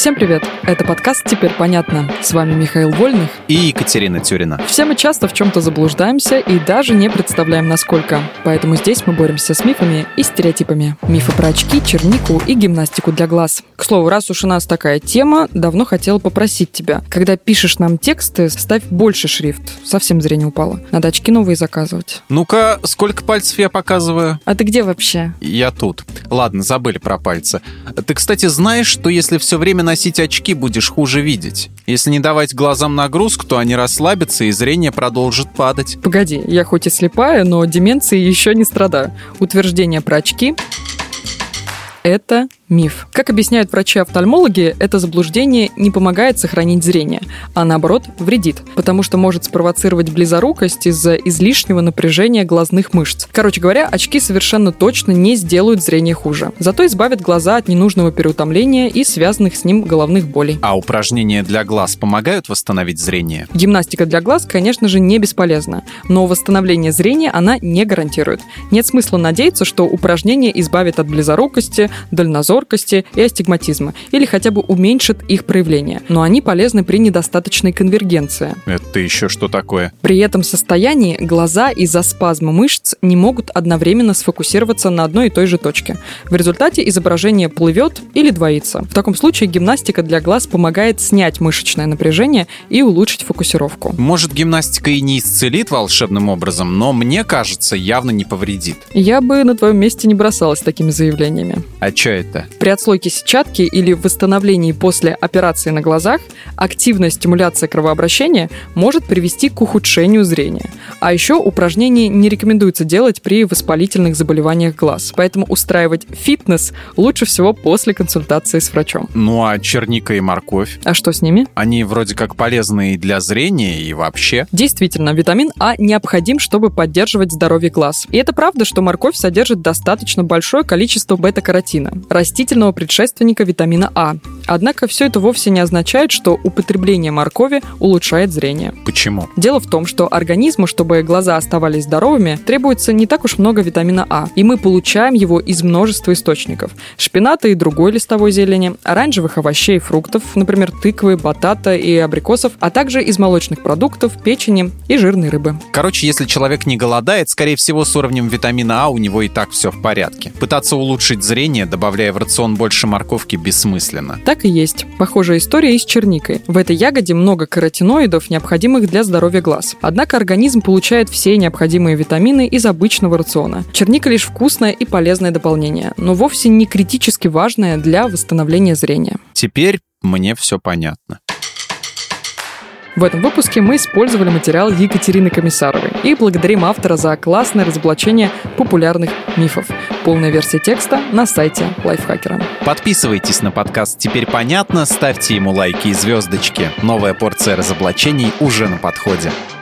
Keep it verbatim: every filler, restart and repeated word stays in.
Всем привет! Это подкаст «Теперь понятно». С вами Михаил Вольных и Екатерина Тюрина. Все мы часто в чем-то заблуждаемся и даже не представляем, насколько. Поэтому здесь мы боремся с мифами и стереотипами. Мифы про очки, чернику и гимнастику для глаз. К слову, раз уж у нас такая тема, давно хотела попросить тебя. Когда пишешь нам тексты, ставь больше шрифт. Совсем зрение упало. Надо очки новые заказывать. Ну-ка, сколько пальцев я показываю? А ты где вообще? Я тут. Ладно, забыли про пальцы. Ты, кстати, знаешь, что если все время носить очки, будешь хуже видеть? Если не давать глазам нагрузку, то они расслабятся, и зрение продолжит падать. Погоди, я хоть и слепая, но деменцией еще не страдаю. Утверждение про очки – это миф. Как объясняют врачи-офтальмологи, это заблуждение не помогает сохранить зрение, а наоборот вредит, потому что может спровоцировать близорукость из-за излишнего напряжения глазных мышц. Короче говоря, очки совершенно точно не сделают зрение хуже, зато избавят глаза от ненужного переутомления и связанных с ним головных болей. А упражнения для глаз помогают восстановить зрение? Гимнастика для глаз, конечно же, не бесполезна, но восстановление зрения она не гарантирует. Нет смысла надеяться, что упражнение избавит от близорукости, дальнозоркости и астигматизма, или хотя бы уменьшит их проявление. Но они полезны при недостаточной конвергенции. Это еще что такое? При этом состоянии глаза из-за спазма мышц не могут одновременно сфокусироваться на одной и той же точке. В результате изображение плывет или двоится. В таком случае гимнастика для глаз помогает снять мышечное напряжение и улучшить фокусировку. Может, гимнастика и не исцелит волшебным образом, но мне кажется, явно не повредит. Я бы на твоем месте не бросалась такими заявлениями. А что это? При отслойке сетчатки или восстановлении после операции на глазах активная стимуляция кровообращения может привести к ухудшению зрения. А еще упражнения не рекомендуется делать при воспалительных заболеваниях глаз. Поэтому устраивать фитнес лучше всего после консультации с врачом. Ну а черника и морковь? А что с ними? Они вроде как полезны и для зрения, и вообще. Действительно, витамин А необходим, чтобы поддерживать здоровье глаз. И это правда, что морковь содержит достаточно большое количество бета-каротина, растительного предшественника витамина А. Однако все это вовсе не означает, что употребление моркови улучшает зрение. Почему? Дело в том, что организму, чтобы глаза оставались здоровыми, требуется не так уж много витамина А, и мы получаем его из множества источников: шпината и другой листовой зелени, оранжевых овощей и фруктов, например, тыквы, батата и абрикосов, а также из молочных продуктов, печени и жирной рыбы. Короче, если человек не голодает, скорее всего, с уровнем витамина А у него и так все в порядке. Пытаться улучшить зрение, добавляя в рацион больше морковки, бессмысленно. Так и есть. Похожая история и с черникой. В этой ягоде много каротиноидов, необходимых для здоровья глаз. Однако организм получает все необходимые витамины из обычного рациона. Черника лишь вкусное и полезное дополнение, но вовсе не критически важное для восстановления зрения. Теперь мне все понятно. В этом выпуске мы использовали материал Екатерины Комиссаровой и благодарим автора за классное разоблачение популярных мифов. Полная версия текста на сайте Лайфхакера. Подписывайтесь на подкаст «Теперь понятно», ставьте ему лайки и звездочки. Новая порция разоблачений уже на подходе.